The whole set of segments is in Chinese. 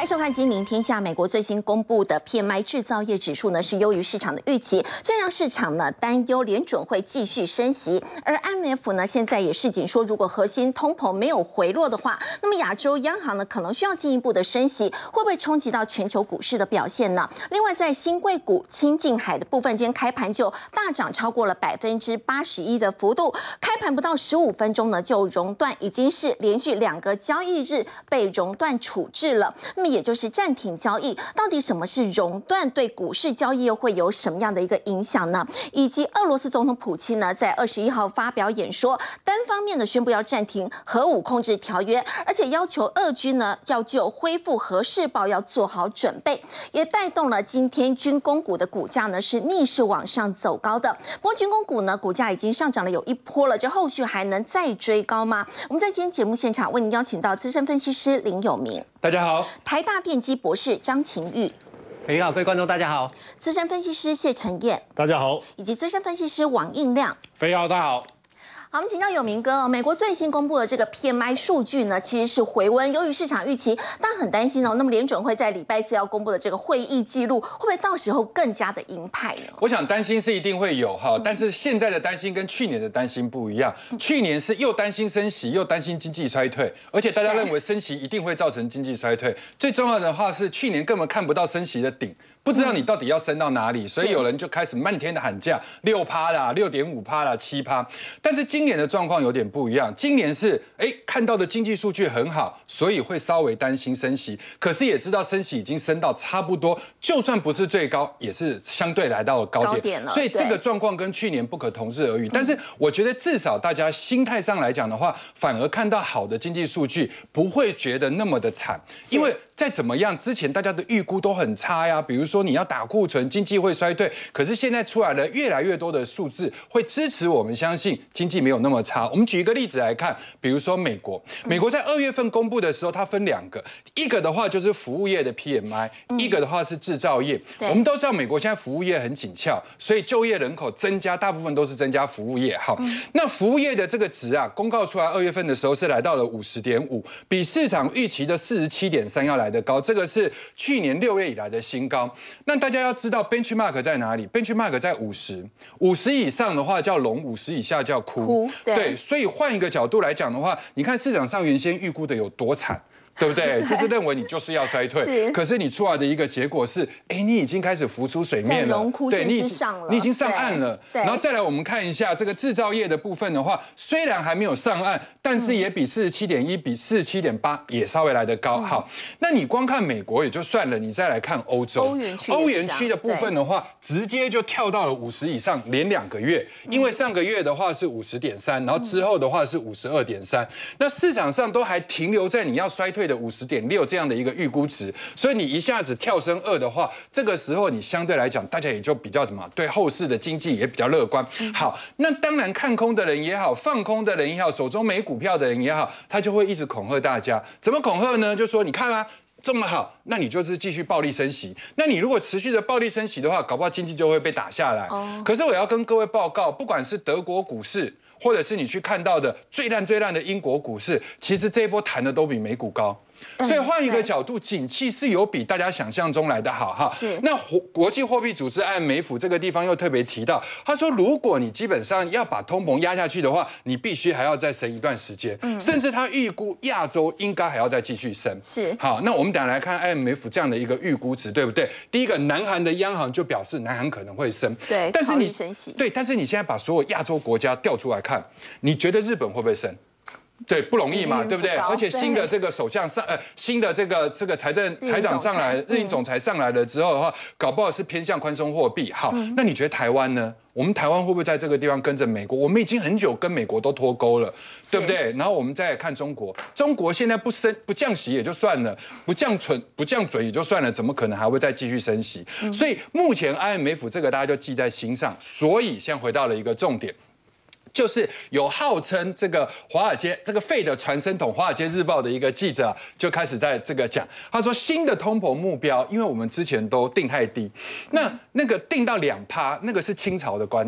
收看《金明天下》，美国最新公布的 PMI 制造业指数呢是优于市场的预期，这让市场呢担忧联准会继续升息。而 IMF 呢现在也示警说，如果核心通膨没有回落的话，那么亚洲央行呢可能需要进一步的升息，会不会冲击到全球股市的表现呢？另外，在新贵股清境海的部分，今天开盘就大涨超过了81%的幅度，开盘不到15分钟呢就熔断，已经是连续2个交易日被熔断处置了。那么也就是暂停交易，到底什么是熔断？对股市交易又会有什么样的一个影响呢？以及俄罗斯总统普京呢，在21号发表演说，单方面的宣布要暂停核武控制条约，而且要求俄军呢要就恢复核试爆要做好准备，也带动了今天军工股的股价呢是逆势往上走高的。不过军工股呢股价已经上涨了有一波了，这后续还能再追高吗？我们在今天节目现场为您邀请到资深分析师林有明。 大家好， 台大电机博士张晴玉， 你好，各位观众，大家好， 资深分析师谢承彦， 大家好， 以及资深分析师王应亮， 飞浩，大家好。 好，我们请教有明哥，美国最新公布的这个 PMI 数据呢，其实是回温，优于市场预期，但很担心哦。那么联准会在礼拜4要公布的这个会议记录，会不会到时候更加的鹰派呢？ 我想担心是一定会有哈，但是现在的担心跟去年的担心不一样。去年是又担心升息，又担心经济衰退，而且大家认为升息一定会造成经济衰退。最重要的话是，去年根本看不到升息的顶。不知道你到底要升到哪里，所以有人就开始漫天的喊价，6%啦，6.5%啦，7%。但是今年的状况有点不一样，今年是看到的经济数据很好，所以会稍微担心升息，可是也知道升息已经升到差不多，就算不是最高，也是相对来到了高点了。所以这个状况跟去年不可同日而语。但是我觉得至少大家心态上来讲的话，反而看到好的经济数据，不会觉得那么的惨，因为再怎么样，之前大家的预估都很差呀，比如说你要打库存，经济会衰退，可是现在出来了越来越多的数字，会支持我们相信经济没有那么差。我们举一个例子来看，比如说美国在2月份公布的时候，它分2个，一个的话就是服务业的 PMI，一个的话是制造业。我们都知道美国现在服务业很紧俏，所以就业人口增加，大部分都是增加服务业。好，那服务业的这个值啊，公告出来2月份的时候是来到了50.5，比市场预期的47.3要来得高，这个是去年6月以来的新高。那大家要知道 benchmark 在哪里 ？benchmark 在50以上的话叫龙，50以下叫枯。对，所以换一个角度来讲的话，你看市场上原先预估的有多惨。对不对？就是认为你就是要衰退，可是你出来的一个结果是，你已经开始浮出水面了， 对，你已经上岸了。然后再来，我们看一下这个制造业的部分的话，虽然还没有上岸，但是也比47.1、比47.8也稍微来得高。好，那你光看美国也就算了，你再来看欧洲，欧元区的部分的话，直接就跳到了50以上，连2个月，因为上个月的话是50.3，然后之后的话是52.3，那市场上都还停留在你要衰退的50.6这样的一个预估值，所以你一下子跳升2的话，这个时候你相对来讲，大家也就比较对后市的经济也比较乐观。好，那当然看空的人也好，放空的人也好，手中没股票的人也好，他就会一直恐吓大家。怎么恐吓呢？就说你看啊，这么好，那你就是继续暴力升息。那你如果持续的暴力升息的话，搞不好经济就会被打下来。可是我要跟各位报告，不管是德国股市，或者是你去看到的最烂的英国股市，其实这一波弹的都比美股高。所以换一个角度，景气是有比大家想象中来的好哈。那国际货币组织IMF这个地方又特别提到，他说如果你基本上要把通膨压下去的话，你必须还要再升一段时间，甚至他预估亚洲应该还要再继续升。好，那我们等一下来看 IMF 这样的一个预估值，对不对？第一个，南韩的央行就表示南韩可能会升， 对， 但是你升息， 对，但是你现在把所有亚洲国家调出来看，你觉得日本会不会升？对，不容易嘛，对不对？而且新的这个首相新的这个财长上来，日营总裁上来了之后的话，搞不好是偏向宽松货币。好，那你觉得台湾呢？我们台湾会不会在这个地方跟着美国？我们已经很久跟美国都脱钩了，对不对？然后我们再来看中国，中国现在不降息也就算了，不降准也就算了，怎么可能还会再继续升息？所以目前 IMF 这个大家就记在心上。所以现在回到了一个重点。就是有号称这个华尔街这个费的传声筒，《华尔街日报》的一个记者就开始在这个讲，他说新的通膨目标，因为我们之前都定太低，那个定到2%，那个是清朝的观念。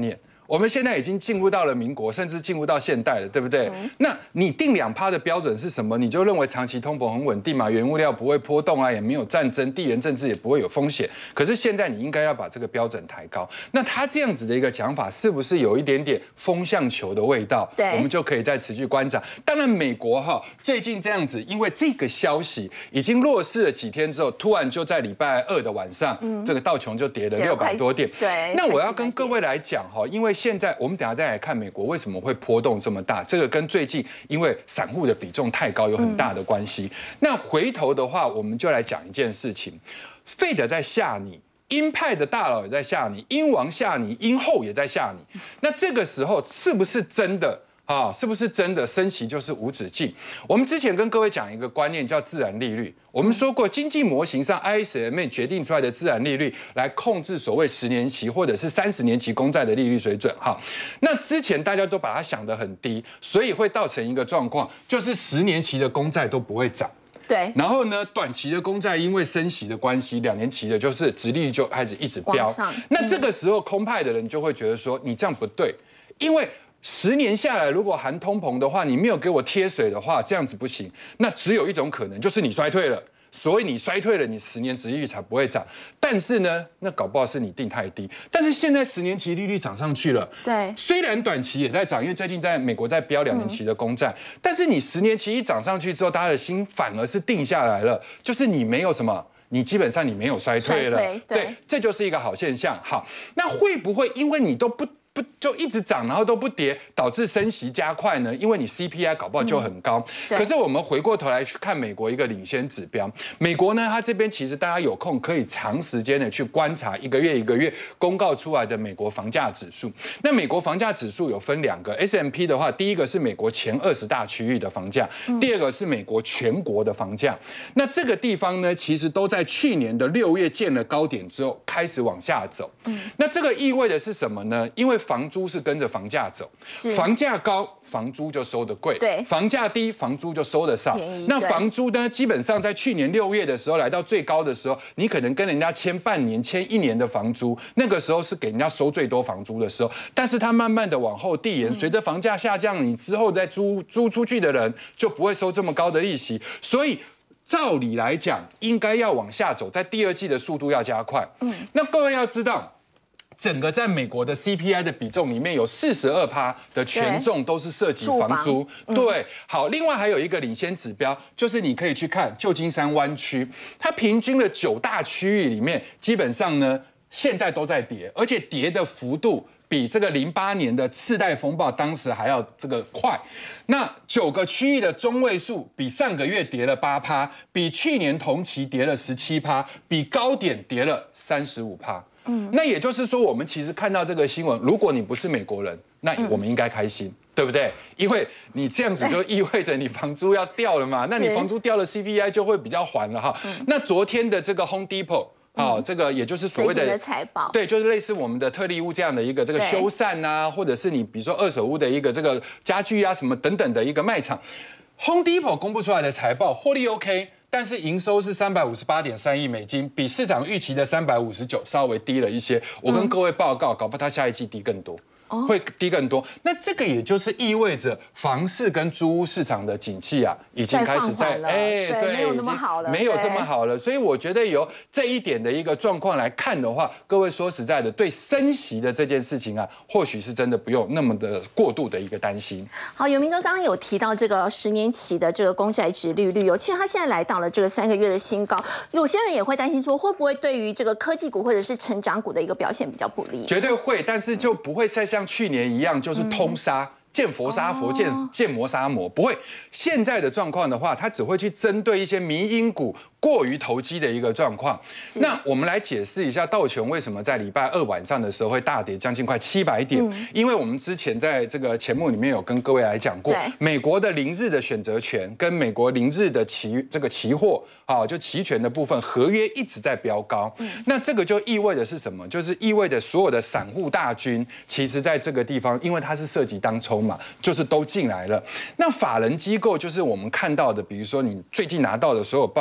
我们现在已经进入到了民国，甚至进入到现代了，对不对？那你定2%的标准是什么？你就认为长期通膨很稳定嘛，原物料不会波动啊，也没有战争，地缘政治也不会有风险。可是现在你应该要把这个标准抬高。那他这样子的一个讲法，是不是有一点点风向球的味道？ 对， 我们就可以再持续观察。当然，美国最近这样子，因为这个消息已经落实了几天之后，突然就在礼拜2的晚上，这个道琼就跌了600多点。 对， 那我要跟各位来讲因为现在我们等一下再来看美国为什么会波动这么大，这个跟最近因为散户的比重太高有很大的关系。那回头的话，我们就来讲一件事情，Fed在吓你。鹰派的大佬也在吓你，鹰王吓你，鹰后也在吓你。那这个时候是不是真的是不是真的升息就是无止境？我们之前跟各位讲一个观念叫自然利率。我们说过，经济模型上 ISM 决定出来的自然利率来控制所谓10年期或者是30年期公债的利率水准。那之前大家都把它想得很低，所以会造成一个状况，就是10年期的公债都不会涨。 对， 然后呢，短期的公债因为升息的关系，2年期的就是殖利率就开始一直飙。那这个时候空派的人就会觉得说，你这样不对，因为10年下来，如果含通膨的话，你没有给我贴水的话，这样子不行。那只有一种可能，就是你衰退了。所以你衰退了，你10年殖利率才不会涨。但是呢，那搞不好是你定太低。但是现在10年期利率涨上去了， 对， 虽然短期也在涨，因为最近在美国在标2年期的公债，但是你10年期一涨上去之后，大家的心反而是定下来了，就是你没有什么。你基本上你没有衰退了，对，这就是一个好现象。好，那会不会因为你都不就一直涨，然后都不跌，导致升息加快呢？因为你 CPI 搞不好就很高。可是我们回过头来去看美国一个领先指标，美国呢，它这边其实大家有空可以长时间的去观察一个月公告出来的美国房价指数。那美国房价指数有分2个 ，S&P 的话，第一个是美国前20大区域的房价，第二个是美国全国的房价。那这个地方呢，其实都在去年的6月见了高点之后开始往下走。那这个意味的是什么呢？因为房租是跟着房价走，房价高，房租就收得贵；对，房价低，房租就收得少。那房租呢，基本上在去年6月的时候来到最高的时候，你可能跟人家签半年、签1年的房租，那个时候是给人家收最多房租的时候。但是它慢慢的往后递延，随着房价下降，你之后再租出去的人就不会收这么高的利息，所以。照理来讲，应该要往下走，在第2季的速度要加快。那各位要知道，整个在美国的 CPI 的比重里面有42%的权重都是涉及房租。对，好，另外还有一个领先指标，就是你可以去看旧金山湾区，它平均的9大区域里面，基本上呢现在都在跌，而且跌的幅度。比这个08年的次贷风暴当时还要这个快，那9个区域的中位数比上个月跌了8%，比去年同期跌了17%，比高点跌了35%。那也就是说，我们其实看到这个新闻，如果你不是美国人，那我们应该开心，对不对？因为你这样子就意味着你房租要掉了嘛，那你房租掉了 ，CPI 就会比较缓了哈。那昨天的这个 Home Depot。这个也就是所谓的财报， 对，就是类似我们的特例屋这样的一个这个修缮啊，或者是你比如说2手屋的一个这个家具啊什么等等的一个卖场。Home Depot 公布出来的财报获利 OK， 但是营收是358.3亿美金，比市场预期的359稍微低了一些。我跟各位报告，搞不好它下一季低更多。会低更多，那这个也就是意味着房市跟租屋市场的景气啊，已经开始在对，没有那么好了， 没有这么好了。所以我觉得由这一点的一个状况来看的话，各位说实在的，对升息的这件事情啊，或许是真的不用那么的过度的一个担心。 好，有明哥刚刚有提到这个10年期的这个公债殖利率其实它现在来到了这个3个月的新高，有些人也会担心说，会不会对于这个科技股或者是成长股的一个表现比较不利？ 绝对会，但是就不会再像去年一样，就是通杀。见佛杀佛，见魔杀魔，不会。现在的状况的话，它只会去针对一些迷因股过于投机的一个状况。那我们来解释一下道琼为什么在礼拜2晚上的时候会大跌将近快700点。因为我们之前在这个节目里面有跟各位来讲过，美国的0日的选择权跟美国0日的期货，就期权的部分合约一直在飙高。那这个就意味着是什么？就是意味着所有的散户大军，其实在这个地方，因为它是涉及当冲嘛，就是都进来了。那法人机构就是我们看到的，比如说你最近拿到的所有报告都还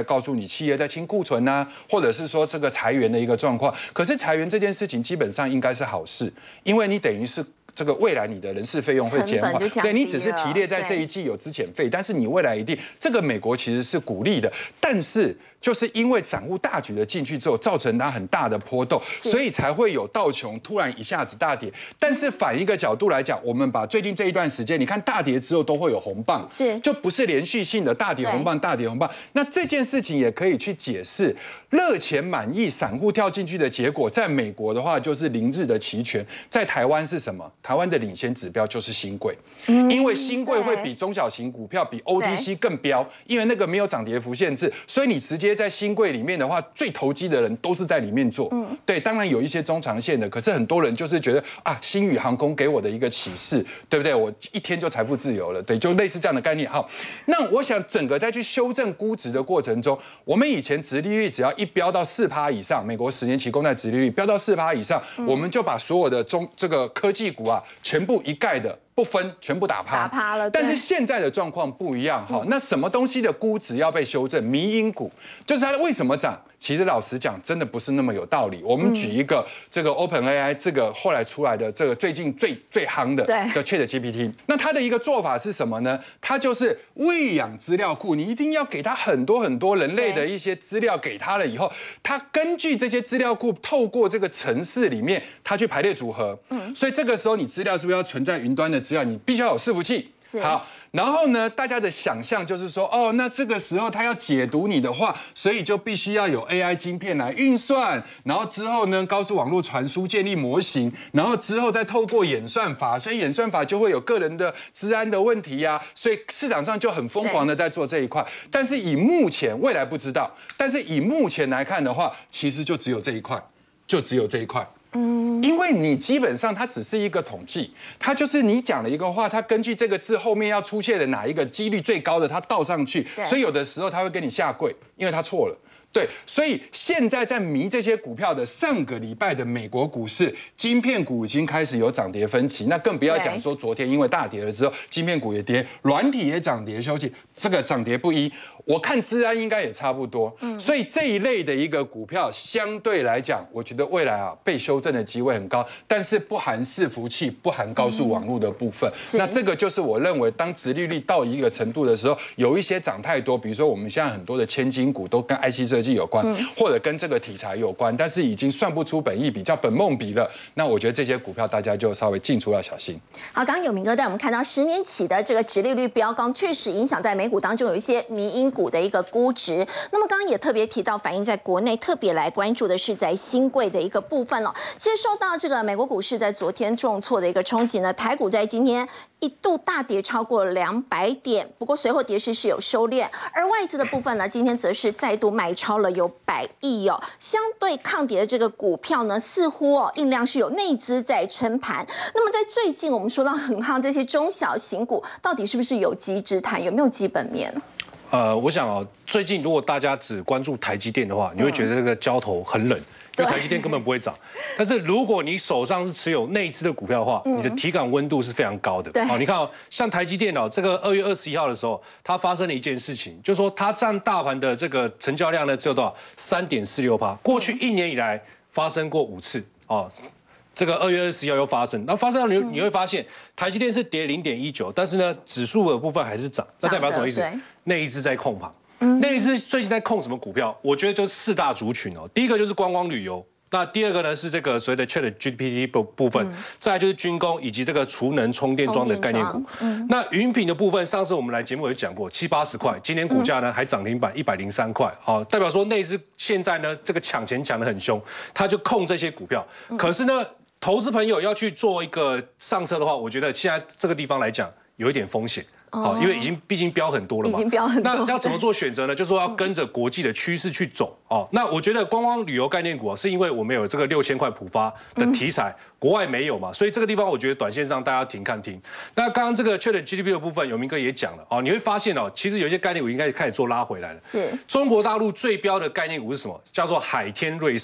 告诉你企业在清库存啊，或者是说这个裁员的一个状况。可是裁员这件事情基本上应该是好事，因为你等于是。这个未来你的人事费用会减缓，对你只是提列在这一季有资遣费，但是你未来一定这个美国其实是鼓励的，但是就是因为散户大举的进去之后，造成它很大的波动，所以才会有道琼突然一下子大跌。但是反一个角度来讲，我们把最近这一段时间，你看大跌之后都会有红棒，就不是连续性的大跌红棒、大跌红棒。那这件事情也可以去解释热钱满溢，散户跳进去的结果，在美国的话就是0日的期权，在台湾是什么？台湾的领先指标就是新贵，因为新贵会比中小型股票比 OTC 更飙，因为那个没有涨跌幅限制，所以你直接在新贵里面的话，最投机的人都是在里面做。对，当然有一些中长线的，可是很多人就是觉得啊，星宇航空给我的一个启示，对不对？我一天就财富自由了，对，就类似这样的概念。好，那我想整个在去修正估值的过程中，我们以前殖利率只要一飙到4%以上，美国10年期公债殖利率飙到4%以上，我们就把所有的这个科技股啊，全部一概的不分，全部打趴了。 但是现在的状况不一样哈，那什么东西的估值要被修正？迷因股就是它为什么涨？其实老实讲，真的不是那么有道理。我们举一个这个 OpenAI 这个后来出来的这个最近最夯的叫 ChatGPT， 那它的一个做法是什么呢？它就是喂养资料库，你一定要给它很多很多人类的一些资料给它了以后，它根据这些资料库，透过这个程式里面，它去排列组合。所以这个时候你资料是不是要存在云端的资料？你必须要有伺服器。好，然后呢，大家的想象就是说，哦，那这个时候他要解读你的话，所以就必须要有 AI 晶片来运算，然后之后呢，高速网络传输建立模型，然后之后再透过演算法，所以演算法就会有个人的资安的问题呀，所以市场上就很疯狂的在做这一块。但是以目前未来不知道，但是以目前来看的话，其实就只有这一块，就只有这一块。因为你基本上它只是一个统计，它就是你讲了一个话，它根据这个字后面要出现的哪一个几率最高的，它倒上去，所以有的时候它会跟你下跪，因为它错了。对，所以现在在迷这些股票的上个礼拜的美国股市，晶片股已经开始有涨跌分歧，那更不要讲说昨天因为大跌了之后，晶片股也跌，软体也涨跌休息，这个涨跌不一。我看资安应该也差不多，所以这一类的一个股票相对来讲，我觉得未来被修正的机会很高，但是不含伺服器、不含高速网络的部分。那这个就是我认为，当殖利率到一个程度的时候，有一些涨太多，比如说我们现在很多的千金股都跟 IC 设计有关，或者跟这个题材有关，但是已经算不出本益比，叫本梦比了。那我觉得这些股票大家就稍微进出要小心。 好，刚刚有明哥带我们看到10年期的这个殖利率飙高，确实影响在美股当中有一些迷因股的一个估值。那么刚刚也特别提到，反映在国内特别来关注的是在新贵的一个部分了。其实受到这个美国股市在昨天重挫的一个冲击呢，台股在今天一度大跌超过200点，不过随后跌势是有收敛。而外资的部分呢，今天则是再度卖超了有100亿哦。相对抗跌的这个股票呢，似乎印量是有内资在撑盘。那么在最近我们说到很夯这些中小型股，到底是不是有机之谈，有没有基本面？ 我想最近如果大家只关注台积电的话，你会觉得这个交投很冷。因为台积电根本不会涨，但是如果你手上是持有内资的股票的话，你的体感温度是非常高的。好，你看像台积电这个2月21号的时候，它发生了一件事情，就是说它占大盘的这个成交量呢只有多少3.46%，过去1年以来发生过5次哦。这个2月21号又发生，那发生了你会发现台积电是跌0.19%，但是呢指数的部分还是涨，那代表什么意思？内资在控盘。内资最近在控什么股票？我觉得就是4大族群哦。第一个就是观光旅游，那第二个呢是这个所谓的 ChatGPT 部分，再来就是军工以及这个储能充电桩的概念股。那云品的部分，上次我们来节目有讲过，70-80块，今年股价呢还涨停板103块，好，代表说内资现在呢这个抢钱抢得很凶，他就控这些股票。可是呢，投资朋友要去做一个上车的话，我觉得现在这个地方来讲有一点风险。好，因为毕竟标很多了嘛， 已经标很多。 那要怎么做选择呢？就是说要跟着国际的趋势去走哦。那我觉得观光旅游概念股是因为我们有这个6000块普发的题材，国外没有嘛，所以这个地方我觉得短线上大家要停看听。那刚刚这个 ChatGPT 的部分，有明哥也讲了哦，你会发现哦，其实有一些概念股应该开始做拉回来了。 是。 中国大陆最标的概念股是什么？叫做海天瑞声。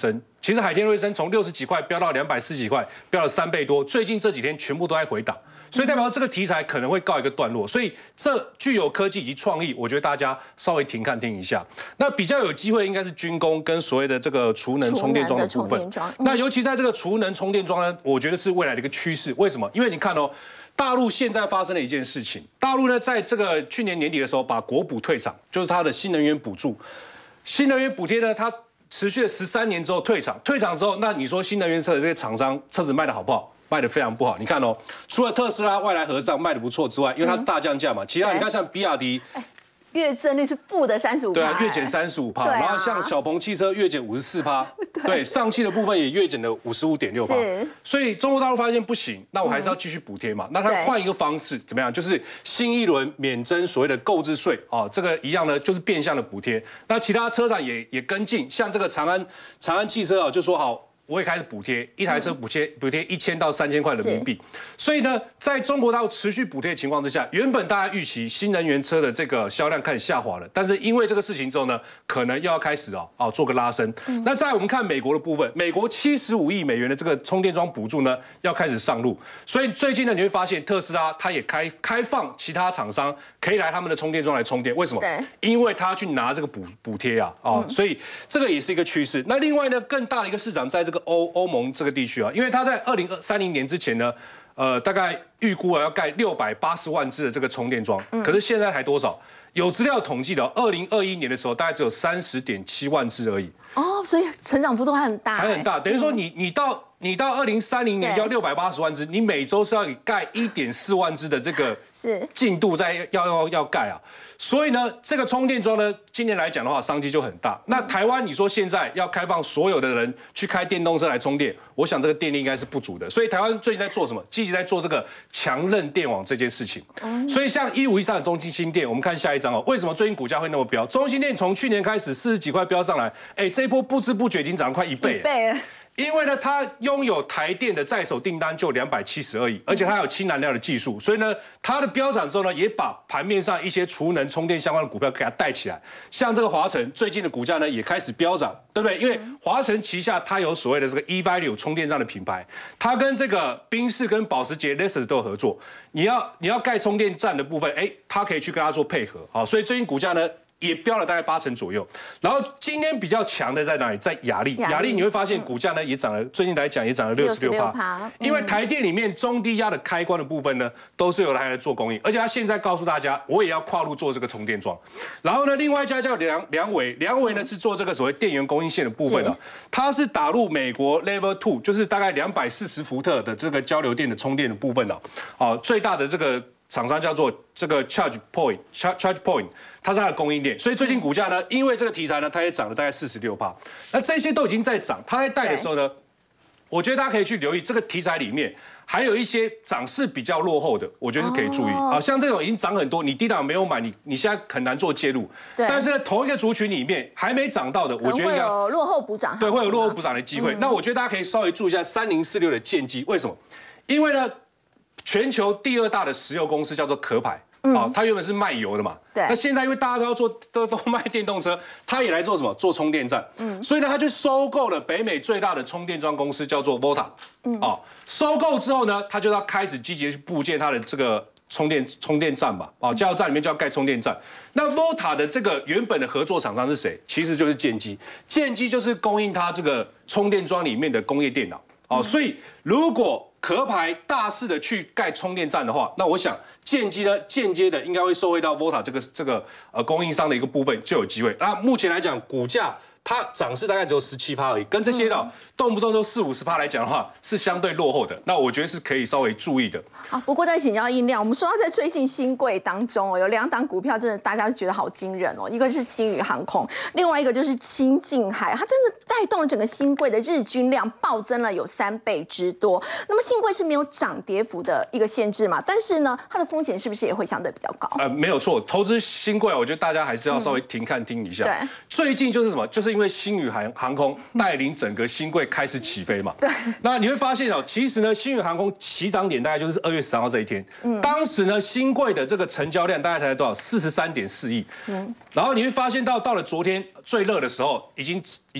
其实海天瑞声从60几块飙到240几块，飙了3倍多，最近这几天全部都在回档。所以代表这个题材可能会告一个段落，所以这具有科技以及创意，我觉得大家稍微停看听一下。那比较有机会应该是军工跟所谓的这个储能充电桩的部分。那尤其在这个储能充电桩呢，我觉得是未来的一个趋势。为什么？因为你看哦，大陆现在发生了一件事情，大陆呢在这个去年年底的时候把国补退场，就是它的新能源补助、新能源补贴呢，它持续了13年之后退场，退场之后，那你说新能源车的这些厂商车子卖得好不好？卖得非常不好，你看哦，除了特斯拉、蔚来、和尚卖得不错之外，因为它大降价嘛，其他你看像比亚迪， 月增率是负的35%， 对啊，月减35%，然后像小鹏汽车月减54%，对，上汽的部分也月减了55.6%，所以中国大陆发现不行，那我还是要继续补贴嘛，那它换一个方式怎么样？就是新一轮免征所谓的购置税啊，这个一样呢，就是变相的补贴。那其他车厂也跟进，像这个长安汽车啊，就说好。我也开始补贴，一台车补贴1000到3000块人民币，所以呢，在中国大陆持续补贴的情况之下，原本大家预期新能源车的这个销量开始下滑了，但是因为这个事情之后呢，可能又要开始做个拉升。那再来我们看美国的部分，美国75亿美元的这个充电桩补助呢，要开始上路，所以最近呢，你会发现特斯拉它也开放其他厂商可以来他们的充电桩来充电，为什么？因为他要去拿这个补贴啊，所以这个也是一个趋势。那另外呢，更大的一个市场在这个欧盟这个地区啊，因为它在2030年之前呢，大概预估要盖680万支的这个充电桩，可是现在还多少？有资料统计的，2021年的时候大概只有30.7万支而已。哦， 所以成长幅度还很大， 还很大。等于说你到2030年就要680万支，你每周是要盖1.4万支的这个进度在要盖啊。所以呢，这个充电桩呢，今年来讲的话，商机就很大。那台湾你说现在要开放所有的人去开电动车来充电，我想这个电力应该是不足的。所以台湾最近在做什么？积极在做这个强韧电网这件事情。所以像1513的中兴电，我们看下一张哦，为什么最近股价会那么飙？中兴电从去年开始40几块飙上来，这一波不知不觉已经涨了快1倍。因为呢，它拥有台电的在手订单就272亿，而且它有氢燃料的技术，所以呢，它的飙涨之后呢，也把盘面上一些储能充电相关的股票给它带起来。像这个华晨最近的股价呢，也开始飙涨，对不对？因为华晨旗下它有所谓的这个 eValue 充电站的品牌，它跟这个宾士跟保时捷 Lexus 都有合作。你要盖充电站的部分，它可以去跟它做配合，好，所以最近股价呢，也飙了大概80%左右，然后今天比较强的在哪里？在亚力，亚力你会发现股价呢也涨了，最近来讲也涨了66%，因为台电里面中低压的开关的部分呢，都是由它来做供应，而且它现在告诉大家，我也要跨入做这个充电桩。然后呢，另外一家叫良伟呢是做这个所谓电源供应线的部分啊，它是打入美国 Level 2，就是大概240伏特的这个交流电的充电的部分啊，最大的这个厂商叫做这个 Charge Point， 它是它的供应链，所以最近股价呢，因为这个题材呢，它也涨了大概46%。那这些都已经在涨，它在带的时候呢，我觉得大家可以去留意这个题材里面还有一些涨势比较落后的，我觉得是可以注意。好像这种已经涨很多，你低档没有买，你现在很难做介入。但是呢，同一个族群里面还没涨到的，我觉得会有落后补涨。 对，会有落后补涨的机会。那我觉得大家可以稍微注意一下3046的建基，为什么？因为呢，全球第2大的石油公司叫做壳牌，它原本是卖油的嘛，那现在因为大家都要做都卖电动车，它也来做什么？做充电站，所以呢，它就收购了北美最大的充电桩公司叫做 Volta，收购之后呢，它就要开始积极去布建它的这个充电站吧，加油站里面就要盖充电站。那 Volta 的这个原本的合作厂商是谁？其实就是建基，建基就是供应它这个充电桩里面的工业电脑，所以如果壳牌大肆的去盖充电站的话，那我想建基呢间接的应该会受惠到 Volta 这个供应商的一个部分就有机会。那目前来讲，股价它涨势大概只有17%而已，跟这些动不动都40-50%来讲的话，是相对落后的。那我觉得是可以稍微注意的。 好，不过再请教印亮，我们说到在最近新贵当中有2档股票，真的大家觉得好惊人哦。一个是星宇航空，另外一个就是清境海，它真的带动了整个新贵的日均量暴增了有3倍之多。那么新贵是没有涨跌幅的一个限制嘛？但是呢，它的风险是不是也会相对比较高？ 没有错，投资新贵，我觉得大家还是要稍微停看听一下。对，最近就是什么？就是因为星宇航空带领整个新贵开始起飞嘛。对。那你会发现其实呢，星宇航空起涨点大概就是2月13号这一天。当时呢，新贵的这个成交量大概才多少？43.4亿。然后你会发现到了昨天最热的时候，已经飙到多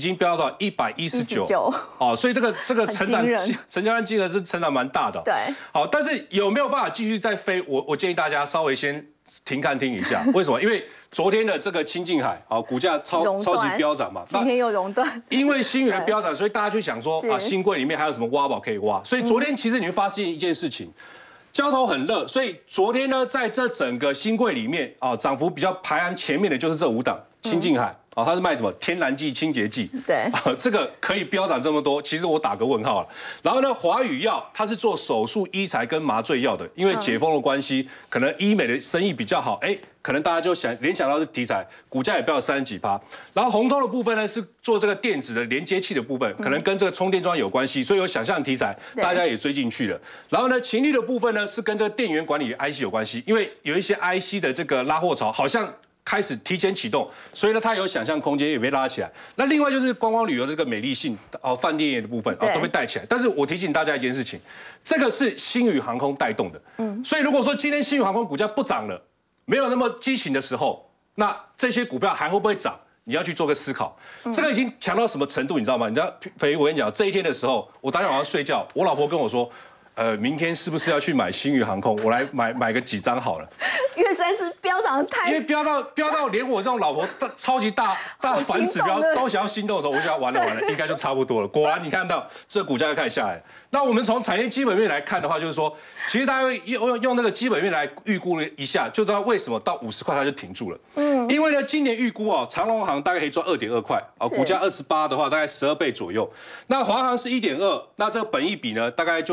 多少？119。哦，所以这个成交量金额是成长蛮大的。 对。 好，但是有没有办法继续再飞？我建议大家稍微先停看听一下。为什么？因为昨天的这个清境海，好，股价超级飙涨嘛。 今天又熔断。 因为星宇的飙涨，所以大家就想说啊，新贵里面还有什么挖宝可以挖？所以昨天其实你会发现一件事情。交投很热，所以昨天呢，在这整个新贵里面啊，涨幅比较排行前面的就是这5档，清境海啊，它是卖什么天然剂、清洁剂， 对， 这个可以飙涨这么多，其实我打个问号了。然后呢，华宇药它是做手术医材跟麻醉药的，因为解封的关系，可能医美的生意比较好，可能大家就联想到是题材，股价也飙了30几%。然后宏通的部分呢，是做这个电子的连接器的部分，可能跟这个充电桩有关系，所以有想象题材，大家也追进去了。然后呢，勤力的部分呢，是跟这个电源管理的 IC 有关系，因为有一些 IC 的这个拉货潮好像开始提前启动，所以呢，它有想象空间，也被拉起来。那另外就是观光旅游的这个美丽性饭店业的部分都被带起来。但是我提醒大家一件事情，这个是星宇航空带动的，所以如果说今天星宇航空股价不涨了，没有那么激情的时候，那这些股票还会不会涨？你要去做个思考。这个已经强到什么程度，你知道吗？你知道，我跟你讲，这一天的时候，我当天晚上睡觉，我老婆跟我说，明天是不是要去买星宇航空？我来买个几张好了。 因为实在是飙涨太， 因为飙到连我这种老婆超级大反指标都想要心动的时候，我就想完了，应该就差不多了。果然你看到这股价就开始下来。那我们从产业基本面来看的话，就是说，其实大家用那个基本面来预估了一下，就知道为什么到50块它就停住了。因为呢，今年预估长荣航大概可以赚2.2块，股价28的话，大概12倍左右。那华航是1.2，那这个本益比呢，大概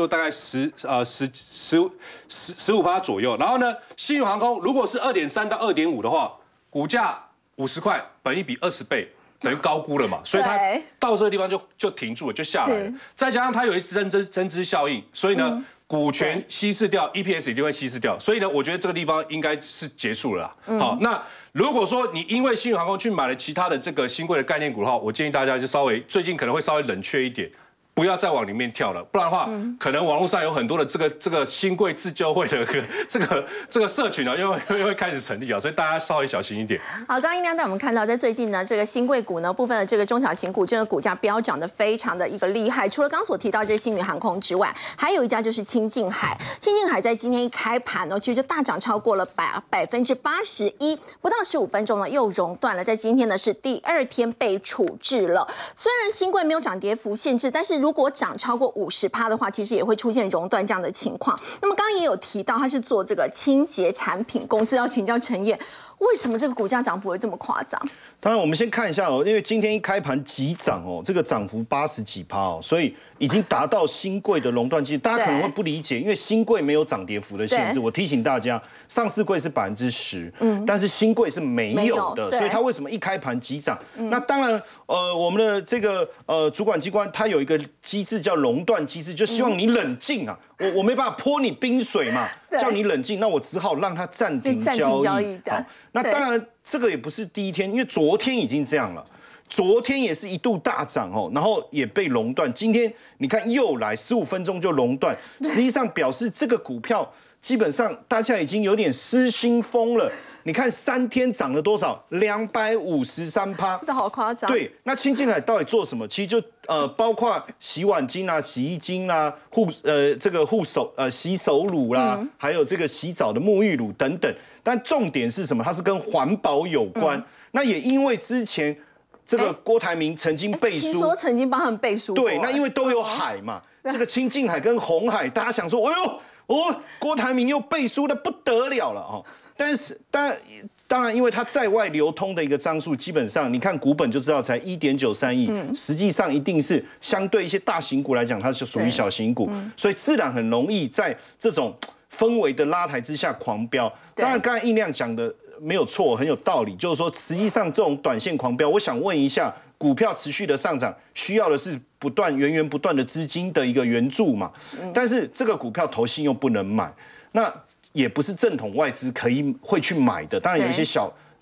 15%左右。然后呢，星宇航空如果是2.3到2.5的话，股价50块，本益比20倍。等于高估了嘛，所以它到这个地方就停住了，就下来了。再加上它有一增资效应，所以呢，股权稀释掉 ，EPS 一定会稀释掉。所以呢，我觉得这个地方应该是结束了啦。好，那如果说你因为星宇航空去买了其他的这个新贵的概念股的话，我建议大家就最近可能会稍微冷却一点。不要再往里面跳了，不然的话，可能网络上有很多的这个新贵自救会的这个社群又会开始成立啊，所以大家稍微小心一点。 好，刚刚殷亮带我们看到，在最近呢，这个新贵股呢部分的这个中小型股，这个股价飙涨的非常的一个厉害。除了刚所提到这个星宇航空之外，还有一家就是清境海。清境海在今天一开盘其实就大涨超过了81%，不到15分钟呢又熔断了。在今天呢是第2天被处置了。虽然新贵没有涨跌幅限制，但是如果涨超过50%的话，其实也会出现熔断这样的情况。那么刚刚也有提到，它是做这个清洁产品公司，要请教陈燕，为什么这个股价涨幅会这么夸张？ 当然，我们先看一下因为今天一开盘急涨这个涨幅80几%所以已经达到新贵的熔断期。大家可能会不理解，因为新贵没有涨跌幅的限制。我提醒大家，上市贵是10%，但是新贵是没有的，所以它为什么一开盘急涨？那当然，我们的这个主管机关它有一个机制叫熔断机制，就希望你冷静啊。我没办法泼你冰水嘛，叫你冷静，那我只好让它暂停交易。好，那当然这个也不是第一天，因为昨天已经这样了，昨天也是一度大涨然后也被熔断。今天你看又来15分钟就熔断，实际上表示这个股票基本上大家已经有点失心疯了。你看3天涨了多少？253%， 真的好夸张。 对，那清境海到底做什么？其实就包括洗碗巾啦、洗衣巾啦、洗手乳啦，还有这个洗澡的沐浴乳等等。但重点是什么？它是跟环保有关。那也因为之前这个郭台铭曾经背书， 听说曾经帮他们背书。 对，那因为都有海嘛，这个清境海跟红海，大家想说，哎呦，郭台铭又背书的不得了了但是当然，因为它在外流通的一个张数，基本上你看股本就知道才1.93亿，实际上一定是相对一些大型股来讲，它是属于小型股，所以自然很容易在这种氛围的拉抬之下狂飙。当然，刚才殷亮讲的没有错，很有道理，就是说实际上这种短线狂飙，我想问一下，股票持续的上涨，需要的是源源不断的资金的一个援助嘛？但是这个股票投信又不能买，那也不是正统外资会去买的，当然有一些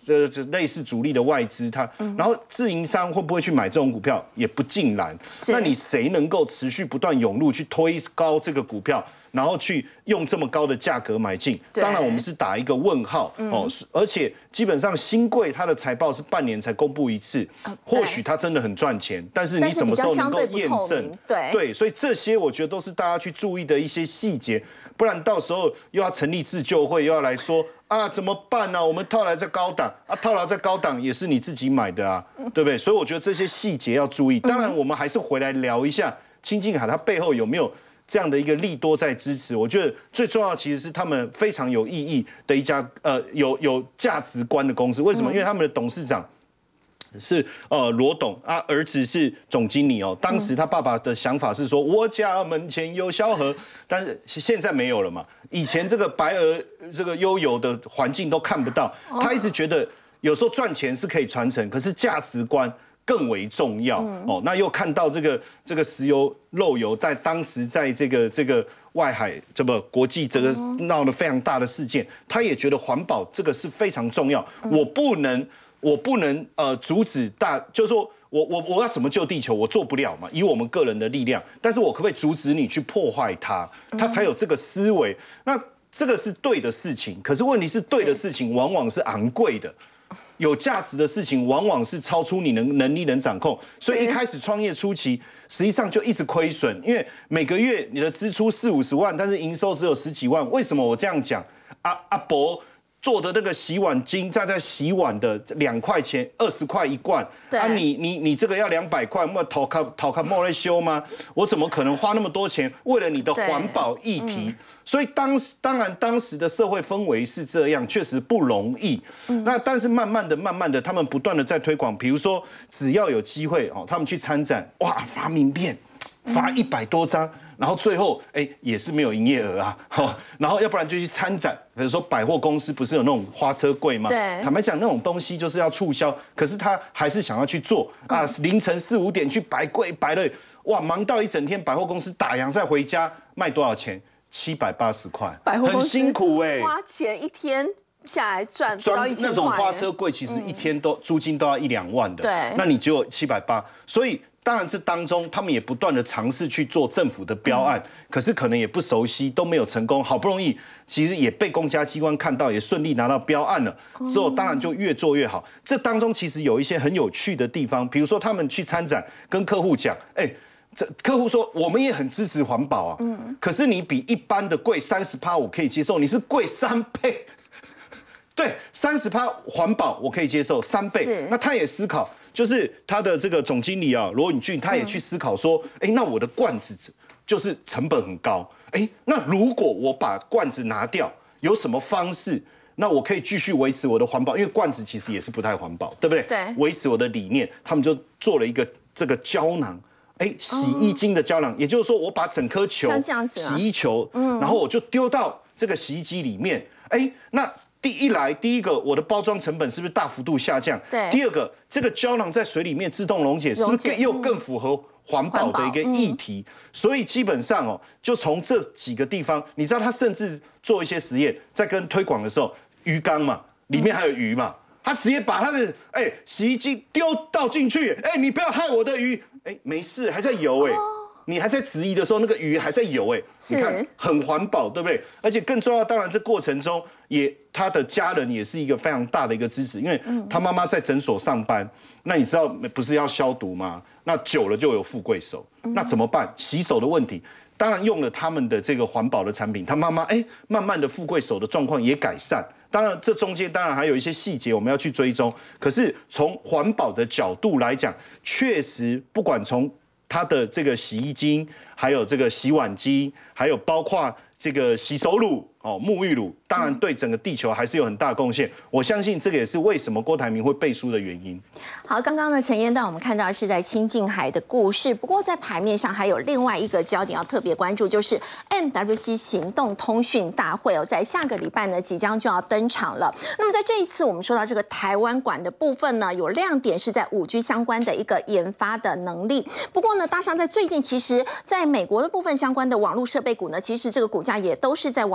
类似主力的外资，然后自营商会不会去买这种股票，也不尽然。那你谁能够持续不断涌入去推高这个股票？然后去用这么高的价格买进，当然我们是打一个问号哦。而且基本上新贵它的财报是半年才公布一次，或许它真的很赚钱，但是你什么时候能够验证？对，所以这些我觉得都是大家去注意的一些细节，不然到时候又要成立自救会，又要来说啊怎么办呢？我们套牢在高档啊，套牢在高档也是你自己买的啊，对不对？所以我觉得这些细节要注意。当然我们还是回来聊一下清境海它背后有没有这样的一个利多在支持。我觉得最重要其实是他们非常有意义的一家有价值观的公司。为什么？因为他们的董事长是罗董啊，儿子是总经理哦。当时他爸爸的想法是说，我家门前有小河，但是现在没有了嘛。以前这个白鹅这个悠游的环境都看不到，他一直觉得有时候赚钱是可以传承，可是价值观更为重要哦。那又看到这个石油漏油在当时在这个外海这个国际这个闹得非常大的事件，他也觉得环保这个是非常重要。我不能阻止就是说我要怎么救地球，我做不了嘛，以我们个人的力量。但是我可不可以阻止你去破坏它？他才有这个思维。那这个是对的事情，可是问题是对的事情往往是昂贵的。有价值的事情往往是超出你能力能掌控，所以一开始创业初期，实际上就一直亏损，因为每个月你的支出40-50万，但是营收只有10几万。为什么我这样讲？阿伯做的那个洗碗巾，在洗碗的2块钱，20块1罐，啊你这个要200块，那讨卡莫来修吗？我怎么可能花那么多钱为了你的环保议题？所以当然当时的社会氛围是这样，确实不容易。那但是慢慢的，他们不断的在推广，比如说只要有机会哦，他们去参展，哇，发名片，发100多张。然后最后，也是没有营业额啊，然后要不然就去参展，比如说百货公司不是有那种花车柜吗？对，坦白讲，那种东西就是要促销，可是他还是想要去做啊，凌晨4、5点去摆柜，摆了，哇，忙到一整天，百货公司打烊再回家，卖多少钱？780块，很辛苦花钱一天下来赚不到1000块。 那种花车柜其实一天租金都要1-2万的，对，那你只有780，所以。当然，这当中他们也不断的尝试去做政府的标案，可是可能也不熟悉，都没有成功。好不容易，其实也被公家机关看到，也顺利拿到标案了。之后当然就越做越好。这当中其实有一些很有趣的地方，比如说他们去参展，跟客户讲，这客户说我们也很支持环保啊，可是你比一般的贵30%，我可以接受，你是贵3倍。对，30%环保我可以接受，3倍。那他也思考。就是他的这个总经理啊，罗允俊，他也去思考说，那我的罐子就是成本很高，那如果我把罐子拿掉，有什么方式，那我可以继续维持我的环保？因为罐子其实也是不太环保，对不对？对，维持我的理念，他们就做了一个这个胶囊，洗衣精的胶囊，也就是说，我把整颗球，洗衣球，然后我就丢到这个洗衣机里面，那。第一个，我的包装成本是不是大幅度下降？对。第二个，这个胶囊在水里面自动溶解，是不是又更符合环保的一个议题？所以基本上就从这几个地方，你知道他甚至做一些实验，在跟推广的时候，鱼缸嘛，里面还有鱼嘛，他直接把他的洗衣机倒进去，你不要害我的鱼，没事，还在游你还在质疑的时候，那个鱼还在游你看很环保，对不对？而且更重要，当然这过程中他的家人也是一个非常大的一个支持，因为他妈妈在诊所上班，那你知道不是要消毒吗？那久了就有富贵手，那怎么办？洗手的问题，当然用了他们的这个环保的产品，他妈妈慢慢的富贵手的状况也改善。当然，这中间当然还有一些细节我们要去追踪，可是从环保的角度来讲，确实不管从它的这个洗衣精，还有这个洗碗机，还有包括这个洗手乳、沐浴乳，当然对整个地球还是有很大贡献。我相信这个也是为什么郭台铭会背书的原因。 好，刚刚呢，陈彦道我们看到是在清境海的故事，不过在盘面上还有另外一个焦点要特别关注，就是 MWC 行动通讯大会在下个礼拜呢即将就要登场了。那么在这一次我们说到这个台湾馆的部分呢，有亮点是在5G 相关的一个研发的能力。不过呢，大商在最近其实在美国的部分相关的网络设备股呢，其实这个股价也都是在往上涨。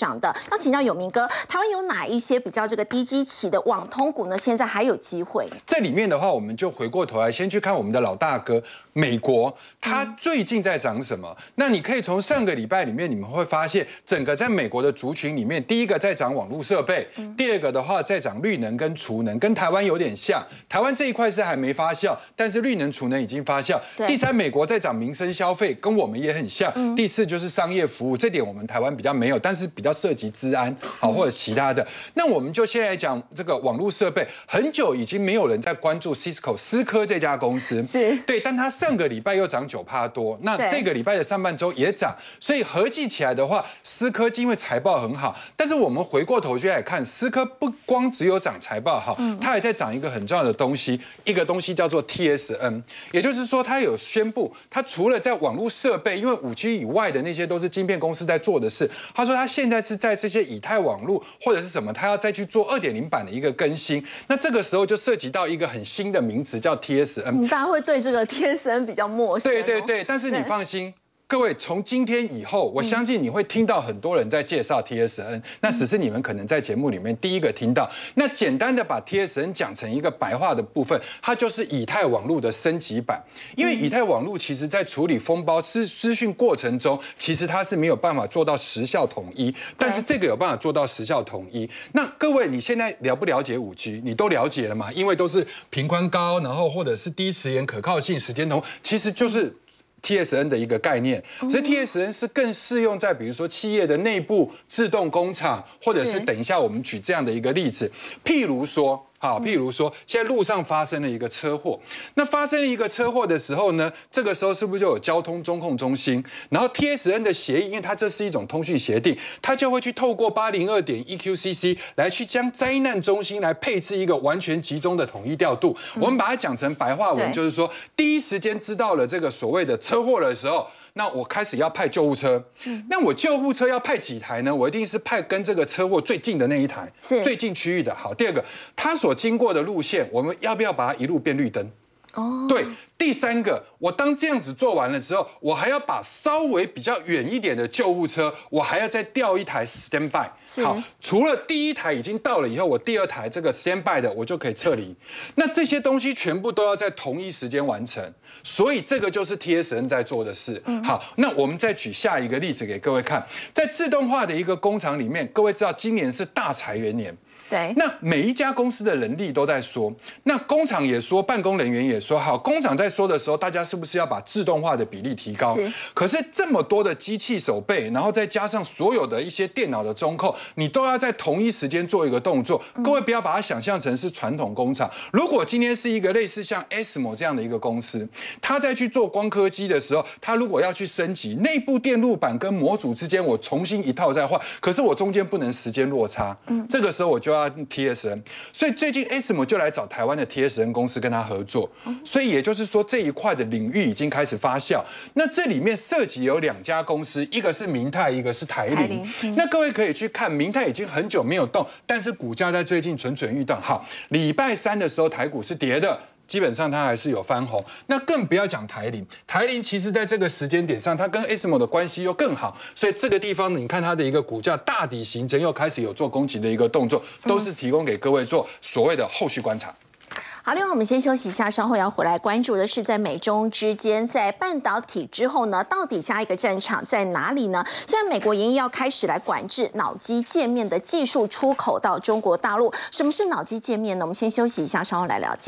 涨的。要请教有明哥，台湾有哪一些比较这个低基期的网通股呢？现在还有机会？ 这里面的话，我们就回过头来先去看我们的老大哥美国，它最近在涨什么？那你可以从上个礼拜里面，你们会发现，整个在美国的族群里面，第一个在涨网络设备，第二个的话在涨绿能跟储能，跟台湾有点像。台湾这一块是还没发酵，但是绿能储能已经发酵。第三，美国在涨民生消费，跟我们也很像。第四就是商业服务，这点我们台湾比较没有，但是比较涉及资安好或者其他的。那我们就现在讲这个网络设备，很久已经没有人在关注 Cisco 思科这家公司， 是对，但它上个礼拜又涨9%多，那这个礼拜的上半周也涨，所以合计起来的话，思科因为财报很好，但是我们回过头去来看，思科不光只有涨财报好，它还在涨一个很重要的东西，一个东西叫做 TSN， 也就是说，它有宣布，它除了在网络设备，因为5G 以外的那些都是晶片公司在做的事，他说他现在是在这些以太网络或者是什么，他要再去做2.0版的一个更新，那这个时候就涉及到一个很新的名词叫 TSN， 大家会对这个 TSN 比较陌生。 对，但是你放心。各位，从今天以后，我相信你会听到很多人在介绍 TSN， 那只是你们可能在节目里面第一个听到。那简单的把 TSN 讲成一个白话的部分，它就是以太网络的升级版。因为以太网络其实在处理封包资讯过程中，其实它是没有办法做到时效统一，但是这个有办法做到时效统一。那各位，你现在了不了解5G？你都了解了嘛？因为都是频宽高，然后或者是低时延、可靠性、时间同，其实就是TSN 的一个概念，只是 TSN 是更适用在比如说企业的内部自动工厂，或者是等一下我们举这样的一个例子，譬如说，现在路上发生了一个车祸，那发生一个车祸的时候呢，这个时候是不是就有交通中控中心？然后 TSN 的协议，因为它这是一种通讯协定，它就会去透过802.1QCC 来去将灾难中心来配置一个完全集中的统一调度。我们把它讲成白话文，就是说第一时间知道了这个所谓的车祸的时候，那我开始要派救护车，那我救护车要派几台呢？我一定是派跟这个车祸最近的那一台，最近区域的。好，第二个，它所经过的路线，我们要不要把它一路变绿灯？对。第三个，我当这样子做完了之后，我还要把稍微比较远一点的救护车，我还要再调一台 standby。好，除了第一台已经到了以后，我第二台这个 standby 的我就可以撤离。那这些东西全部都要在同一时间完成，所以这个就是 TSN 在做的事。好，那我们再举下一个例子给各位看，在自动化的一个工厂里面，各位知道今年是大裁员年。 对， 那每一家公司的人力都在说，那工厂也说，办公人员也说，好，工厂在说的时候，大家是不是要把自动化的比例提高？可是这么多的机器手背，然后再加上所有的一些电脑的中控，你都要在同一时间做一个动作。各位不要把它想象成是传统工厂。如果今天是一个类似像 ASML 这样的一个公司，它在去做光刻机的时候，它如果要去升级内部电路板跟模组之间，我重新一套再换，可是我中间不能时间落差，这个时候我就要TSN， 所以最近 ASML 就来找台湾的 TSN 公司跟他合作，所以也就是说这一块的领域已经开始发酵。那这里面涉及有2家公司，一个是明泰，一个是台铃。那各位可以去看，明泰已经很久没有动，但是股价在最近蠢蠢欲动。好，礼拜3的时候台股是跌的。基本上它还是有翻红，那更不要讲台铃。台铃其实在这个时间点上，它跟 ASML 的关系又更好，所以这个地方你看它的一个股价大底形成，又开始有做攻击的一个动作，都是提供给各位做所谓的后续观察。 好，另外我们先休息一下，稍后要回来关注的是在美中之间，在半导体之后呢，到底下一个战场在哪里呢？现在美国研议要开始来管制脑机界面的技术出口到中国大陆。什么是脑机界面呢？我们先休息一下，稍后来了解。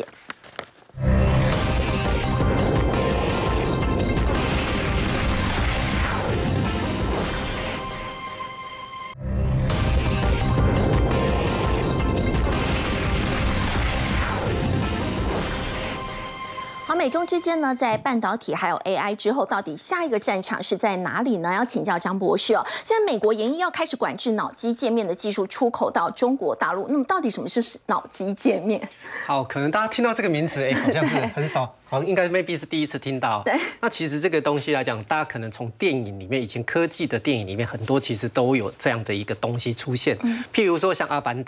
美中之间呢，在半导体还有 AI 之后，到底下一个战场是在哪里呢？要请教张博士哦。现在美国研议要开始管制脑机界面的技术出口到中国大陆，那么到底什么是脑机界面？ 好，可能大家听到这个名词，好像是很少，好像应该 maybe 是第一次听到。 对。 那其实这个东西来讲，大家可能从电影里面，以前科技的电影里面，很多其实都有这样的一个东西出现。譬如说像《阿凡达》。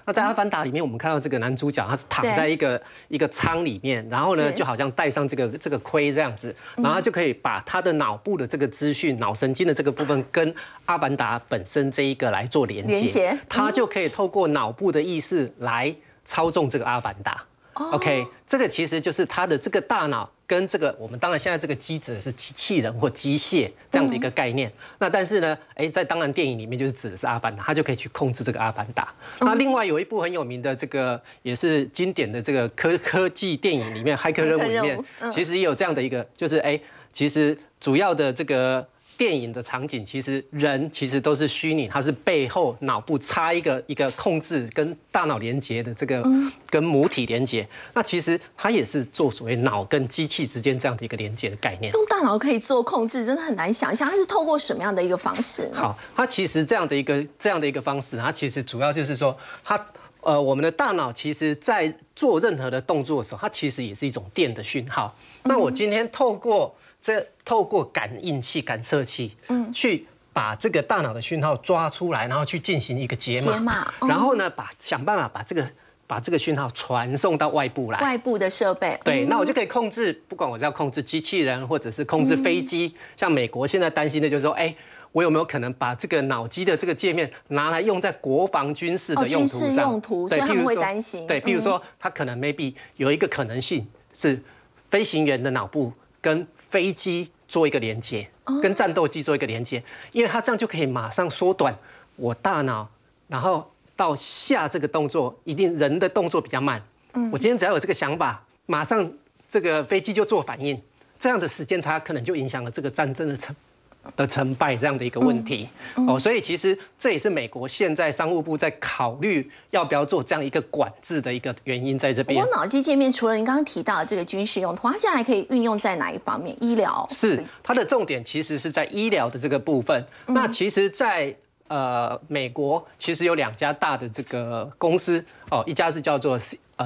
那在《阿凡达》里面，我们看到这个男主角他是躺在一个舱里面，然后呢就好像戴上这个盔这样子，然后他就可以把他的脑部的这个资讯、脑神经的这个部分跟阿凡达本身这一个来做连接，他就可以透过脑部的意识来操纵这个阿凡达。OK， 这个其实就是他的这个大脑跟这个我们当然现在这个机指的是机器人或机械这样的一个概念。那但是呢，在当然电影里面就是指的是阿凡达，他就可以去控制这个阿凡达。那另外有一部很有名的这个也是经典的这个科技电影里面《骇客任务》里面，其实也有这样的一个，就是其实主要的这个电影的场景，其实人其实都是虚拟，它是背后脑部插一个控制跟大脑连接的这个跟母体连接。那其实它也是做所谓脑跟机器之间这样的一个连接的概念。 用大脑可以做控制，真的很难想象，它是透过什么样的一个方式呢？ 好，它其实这样的一个方式，它其实主要就是说，我们的大脑其实在做任何的动作的时候，它其实也是一种电的讯号。那我今天透过感应器、感测器，去把这个大脑的讯号抓出来，然后去进行一个解码，然后呢，想办法把这个讯号传送到外部来， 外部的设备。 对，那我就可以控制，不管我是要控制机器人，或者是控制飞机。像美国现在担心的就是说，我有没有可能把这个脑机的这个界面拿来用在国防军事的用途上？ 军事用途，所以他们会担心。 对，譬如说，他可能 maybe 有一个可能性是飞行员的脑部跟飞机做一个连接，跟战斗机做一个连接，因为它这样就可以马上缩短我大脑，然后到下这个动作，一定人的动作比较慢。我今天只要有这个想法，马上这个飞机就做反应，这样的时间差可能就影响了这个战争的成败这样的一个问题。所以其实这也是美国现在商务部在考虑要不要做这样一个管制的一个原因在这边。 我脑机界面除了您刚刚提到的这个军事用途，它现在还可以运用在哪一方面？医疗是它的重点，其实是在医疗的这个部分。那其实，在美国其实有2家大的这个公司一家是叫做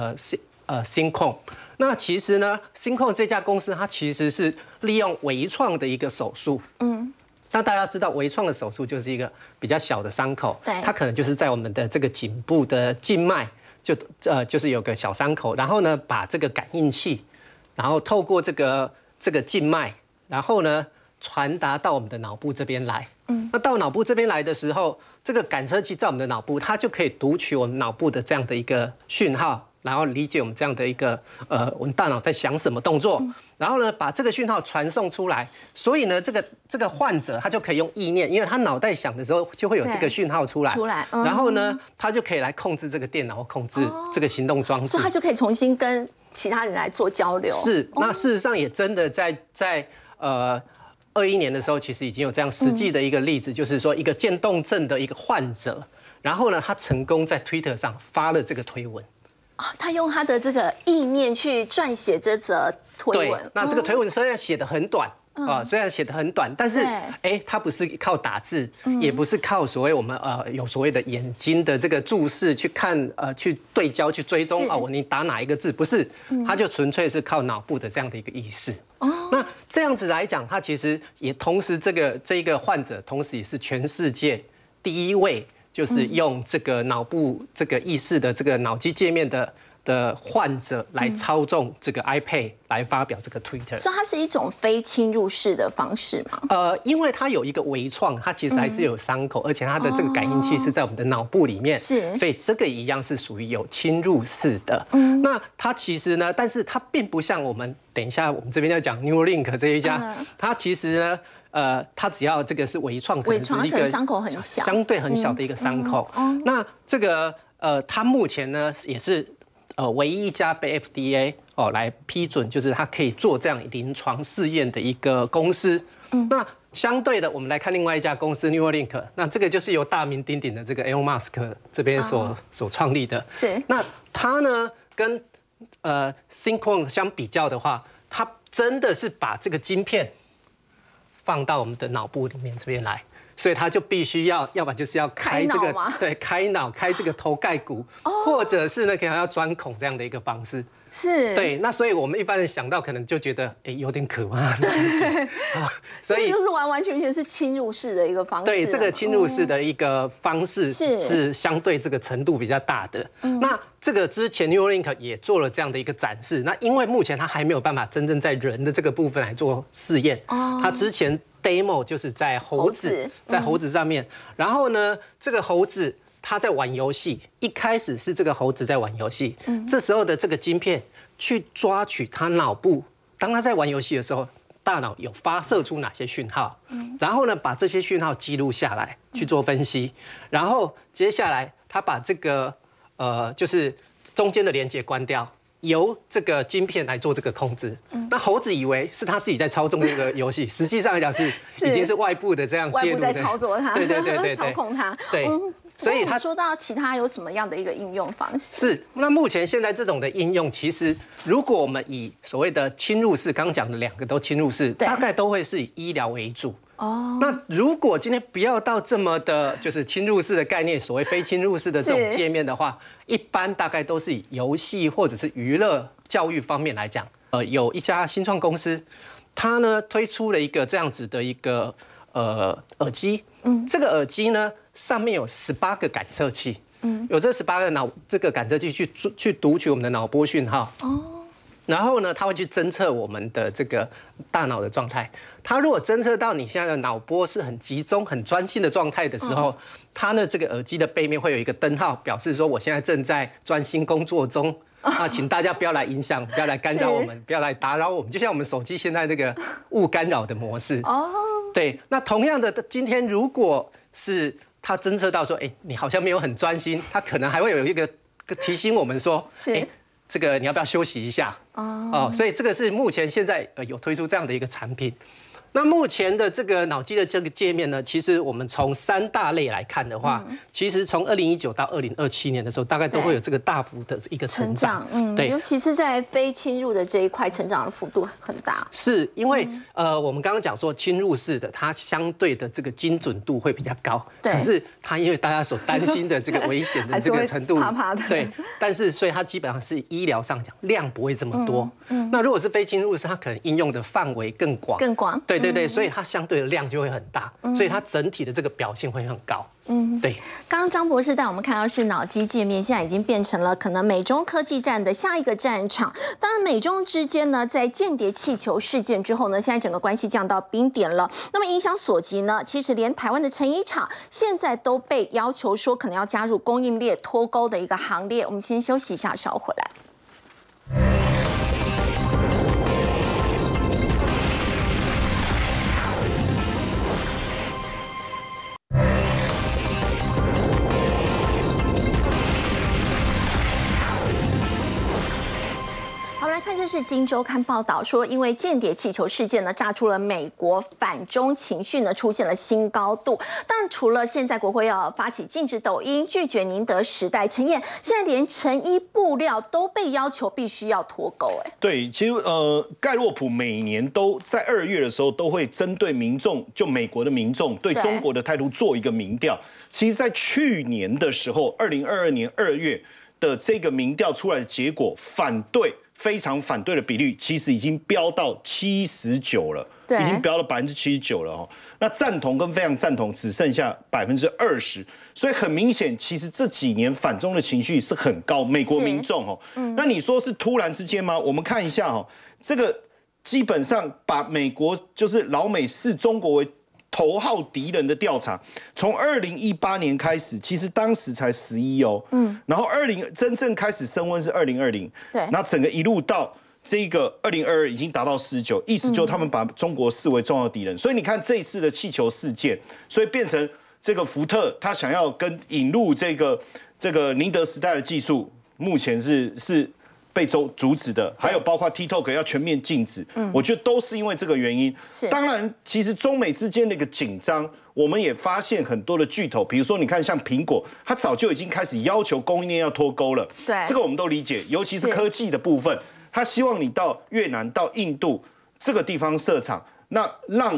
Synchrony。那其实呢，Synchrony这家公司它其实是利用微创的一个手术。那大家知道，微创的手术就是一个比较小的伤口，它可能就是在我们的这个颈部的静脉，就是有个小伤口，然后呢，把这个感应器，然后透过这个静脉，然后呢传达到我们的脑部这边来。那到脑部这边来的时候，这个感测器在我们的脑部，它就可以读取我们脑部的这样的一个讯号。然后理解我们这样的一个我们大脑在想什么动作，然后呢把这个讯号传送出来，所以呢这个患者他就可以用意念，因为他脑袋想的时候就会有这个讯号出来，然后呢他就可以来控制这个电脑，控制这个行动装置， 所以他就可以重新跟其他人来做交流。 是，那事实上也真的在21年的时候，其实已经有这样实际的一个例子，就是说一个渐冻症的一个患者，然后呢他成功在 Twitter 上发了这个推文。 他用他的这个意念去撰写这则推文。 那这个推文虽然写得很短虽然写得很短，但是它不是靠打字，也不是靠所谓我们有所谓的眼睛的这个注视去看去对焦去追踪你打哪一个字，不是，它就纯粹是靠脑部的这样的一个意识。那这样子来讲，它其实也同时这个患者，同时也是全世界第一位。就是用这个脑部这个意识的这个脑机界面的患者来操纵这个 iPad 来发表这个 Twitter， 所以它是一种非侵入式的方式吗？ 因为它有一个微创，它其实还是有伤口，而且它的这个感应器是在我们的脑部里面， 是， 所以这个一样是属于有侵入式的。那它其实呢，但是它并不像我们等一下我们这边要讲 Neuralink 这一家，它其实呢。它只要这个是微创，可能是一个伤口很小， 相对很小的一个伤口。那这个它目前呢也是唯一一家被 FDA 来批准，就是它可以做这样临床试验的一个公司。那相对的，我们来看另外一家公司 Neuralink， 那这个就是由大名鼎鼎的这个 Elon Musk 这边所创立的。 是。 那它呢跟Synchrony 相比较的话，它真的是把这个晶片放到我们的脑部里面这边来， 所以他就必须要不然就是要开这个开脑开这个头盖骨，或者是呢可能要钻孔这样的一个方式。 是， 对，那所以我们一般人想到可能就觉得，有点可怕。 对， 所以就是完完全全是侵入式的一个方式。 对，这个侵入式的一个方式是相对这个程度比较大的。那这个之前 Neuralink 也做了这样的一个展示。那因为目前它还没有办法真正在人的这个部分来做试验，它之前 demo 就是在猴子上面，然后呢，这个猴子他在玩游戏，一开始是这个猴子在玩游戏，这时候的这个晶片去抓取他脑部，当他在玩游戏的时候，大脑有发射出哪些讯号，然后呢把这些讯号记录下来去做分析，然后接下来他把这个就是中间的连接关掉，由这个晶片来做这个控制。那猴子以为是他自己在操纵这个游戏，实际上来讲是已经是外部的这样介入外部在操作它， 对， 操控它， 对。 所以他说到其他有什么样的一个应用方式？ 是，那目前现在这种的应用，其实如果我们以所谓的侵入式，刚刚讲的2个都侵入式，大概都会是以医疗为主。那如果今天不要到这么的，就是侵入式的概念，所谓非侵入式的这种界面的话，一般大概都是以游戏或者是娱乐、教育方面来讲。有一家新创公司，它呢推出了一个这样子的一个耳机，这个耳机呢上面有18个感测器，有这18个这个感测器去读取我们的脑波讯号，然后呢，它会去侦测我们的这个大脑的状态。它如果侦测到你现在的脑波是很集中、很专心的状态的时候，它呢这个耳机的背面会有一个灯号，表示说我现在正在专心工作中。请大家不要来影响，不要来干扰我们，不要来打扰我们。就像我们手机现在那个勿干扰的模式。对。那同样的，今天如果是它侦测到说，你好像没有很专心，它可能还会有一个提醒我们说，这个你要不要休息一下？所以这个是目前现在有推出这样的一个产品。那目前的这个脑机的这个界面呢，其实我们从3大类来看的话，其实从2019到2027年的时候，大概都会有这个大幅的一个成长。 对，尤其是在非侵入的这一块，成长的幅度很大。 是因为我们刚刚讲说侵入式的，它相对的这个精准度会比较高，可是它因为大家所担心的这个危险的这个程度， 怕怕的。 对，但是所以它基本上是医疗上讲量不会这么多。那如果是非侵入式，它可能应用的范围更广。对，所以它相对的量就会很大，所以它整体的这个表现会很高。对。 刚刚张博士带我们看到是脑机界面，现在已经变成了可能美中科技战的下一个战场。当然，美中之间呢，在间谍气球事件之后呢，现在整个关系降到冰点了。那么影响所及呢，其实连台湾的成衣厂现在都被要求说可能要加入供应链脱钩的一个行列。我们先休息一下，稍后回来。看，这是《今周刊》报道说，因为间谍气球事件呢，炸出了美国反中情绪呢出现了新高度。当然，除了现在国会要发起禁止抖音、拒绝宁德时代陈燕，现在连成衣布料都被要求必须要脱钩。 对，其实盖洛普每年都在2月的时候都会针对民众，就美国的民众对中国的态度做一个民调。其实，在去年的时候，2022年2月的这个民调出来的结果，非常反对的比率，其实已经飙到79%了，已经飙到79%了哦。那赞同跟非常赞同只剩下20%，所以很明显，其实这几年反中的情绪是很高，美国民众哦。那你说是突然之间吗？我们看一下哦，这个基本上把美国就是老美视中国为头号敌人的调查，从2018年开始，其实当时才11哦，然后真正开始升温是2020，对，那整个一路到这个2022已经达到19，意思就是他们把中国视为重要敌人，所以你看这一次的气球事件，所以变成这个福特他想要引入这个宁德时代的技术，目前是被阻止的，还有包括 TikTok 要全面禁止，我觉得都是因为这个原因。当然，其实中美之间的一个紧张，我们也发现很多的巨头，比如说你看像苹果，它早就已经开始要求供应链要脱钩了。对，这个我们都理解，尤其是科技的部分，它希望你到越南、到印度这个地方设厂，那让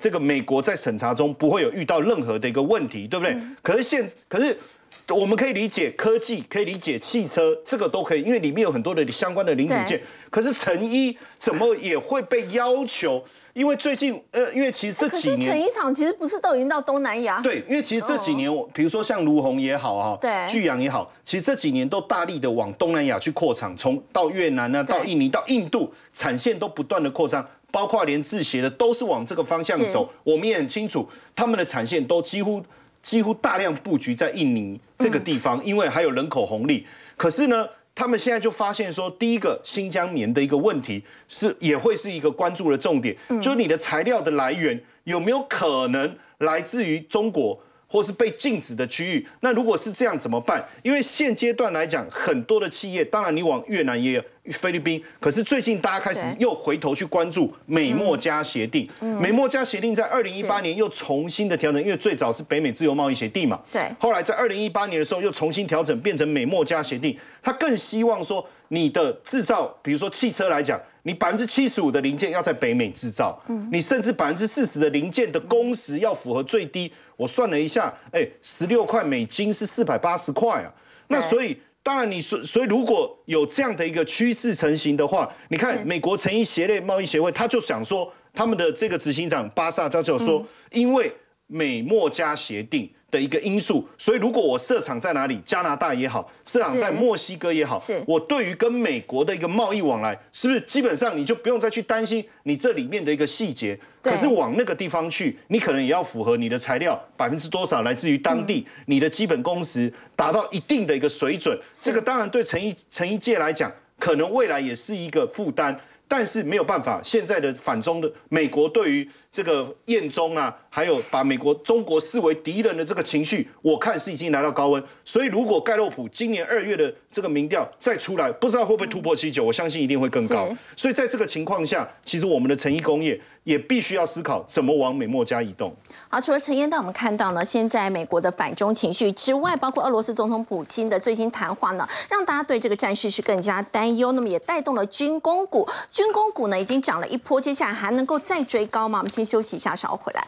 这个美国在审查中不会有遇到任何的一个问题，对不对？可是我们可以理解科技，可以理解汽车，这个都可以，因为里面有很多的相关的零组件。可是成衣怎么也会被要求？因为最近因为其实这几年成衣厂其实不是都已经到东南亚？ 对，因为其实这几年，比如说像卢鸿也好啊， 对， 巨阳也好，其实这几年都大力的往东南亚去扩厂，从到越南啊，到印尼，到印度，产线都不断的扩张。包括连制鞋的都是往这个方向走，我们也很清楚，他们的产线都几乎大量布局在印尼这个地方，因为还有人口红利。可是呢，他们现在就发现说，第一个新疆棉的一个问题也会是一个关注的重点，就是你的材料的来源有没有可能来自于中国，或是被禁止的区域。那如果是这样怎么办？因为现阶段来讲，很多的企业，当然你往越南也有。菲律宾，可是最近大家开始又回头去关注美墨加协定。美墨加协定在2018年又重新的调整，因为最早是北美自由贸易协定嘛， 对。 后来在2018年的时候又重新调整，变成美墨加协定。他更希望说你的制造，比如说汽车来讲，你75%的零件要在北美制造，你甚至40%的零件的工时要符合最低。我算了一下，16块美金是480块啊，那所以。当然，所以如果有这样的一个趋势成型的话，你看美国成衣鞋类贸易协会，他就想说，他们的这个执行长巴萨他就说，因为美墨加协定的一个因素，所以如果我设厂在哪里，加拿大也好，设厂在墨西哥也好，我对于跟美国的一个贸易往来，是不是基本上你就不用再去担心你这里面的一个细节？可是往那个地方去，你可能也要符合你的材料多少来自于当地，你的基本工时达到一定的一个水准。这个当然对成衣界来讲，可能未来也是一个负担。但是没有办法，现在的反中的美国对于这个厌中啊，还有把中国视为敌人的这个情绪，我看是已经来到高温。所以如果盖洛普今年2月的这个民调再出来，不知道会不会突破79，我相信一定会更高。所以在这个情况下，其实我们的成衣工业也必须要思考怎么往美墨加移动。 好，除了陈彦，我们看到呢，现在美国的反中情绪之外，包括俄罗斯总统普京的最新谈话呢，让大家对这个战事是更加担忧。那么也带动了军工股，军工股呢已经涨了一波，接下来还能够再追高吗？我们先休息一下，稍后回来。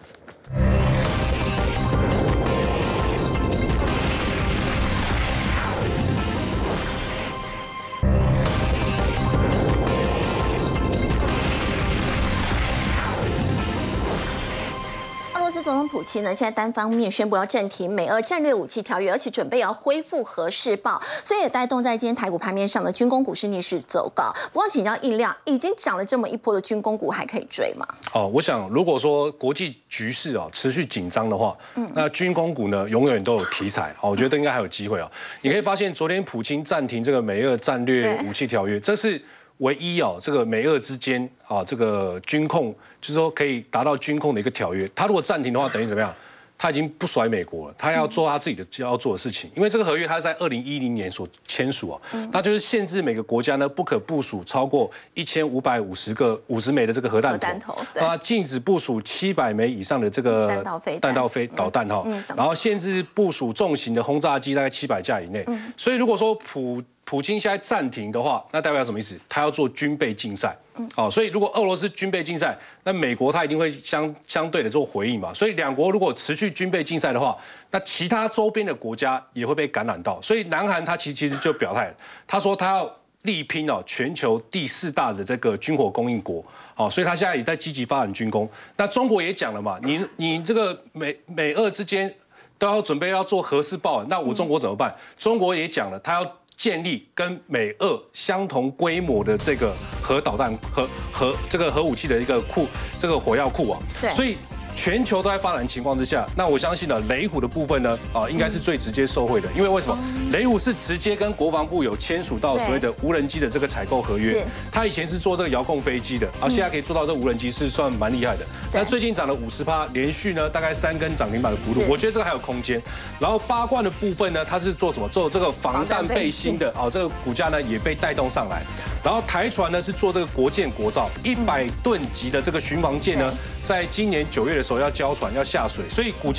总统普京呢，现在单方面宣布要暂停美俄战略武器条约，而且准备要恢复核试爆，所以也带动在今天台股盘面上的军工股是逆势走高。不过请教印亮，已经涨了这么一波的军工股，还可以追吗？ 我想如果说国际局势持续紧张的话，那军工股呢永远都有题材我觉得应该还有机会你可以发现昨天普京暂停这个美俄战略武器条约，这是唯一这个美俄之间这个军控，就是说可以达到军控的一个条约。他如果暂停的话，等于怎么样？他已经不甩美国了，他要做他自己的要做的事情。因为这个合约他在2010年所签署那就是限制每个国家呢不可部署超过1550枚的这个核弹头，禁止部署700枚以上的这个弹道飞导弹然后限制部署重型的轰炸机大概700架以内。所以如果说普京现在暂停的话，那代表什么意思？他要做军备竞赛。所以如果俄罗斯军备竞赛，那美国他一定会相对的做回应嘛。所以两国如果持续军备竞赛的话，那其他周边的国家也会被感染到。所以南韩他其实就表态了，他说他要力拼全球第4大的这个军火供应国。所以他现在也在积极发展军工。那中国也讲了嘛，你这个美俄之间都要准备要做核试爆，那我中国怎么办？中国也讲了，他要建立跟美俄相同规模的这个核导弹这个核武器的一个这个火药库所以全球都在发展情况之下，那我相信呢，雷虎的部分呢，应该是最直接受惠的，因为为什么？雷虎是直接跟国防部有签署到所谓的无人机的这个采购合约，他以前是做这个遥控飞机的，现在可以做到这无人机，是算蛮厉害的。那最近涨了50%，连续呢大概3根涨停板的幅度，我觉得这个还有空间。然后八冠的部分呢，它是做什么？做这个防弹背心的，这个股价呢也被带动上来。然后台船呢是做这个国舰国造100吨级的这个巡防舰呢，在今年9月的时候要交船要下水，所以股价。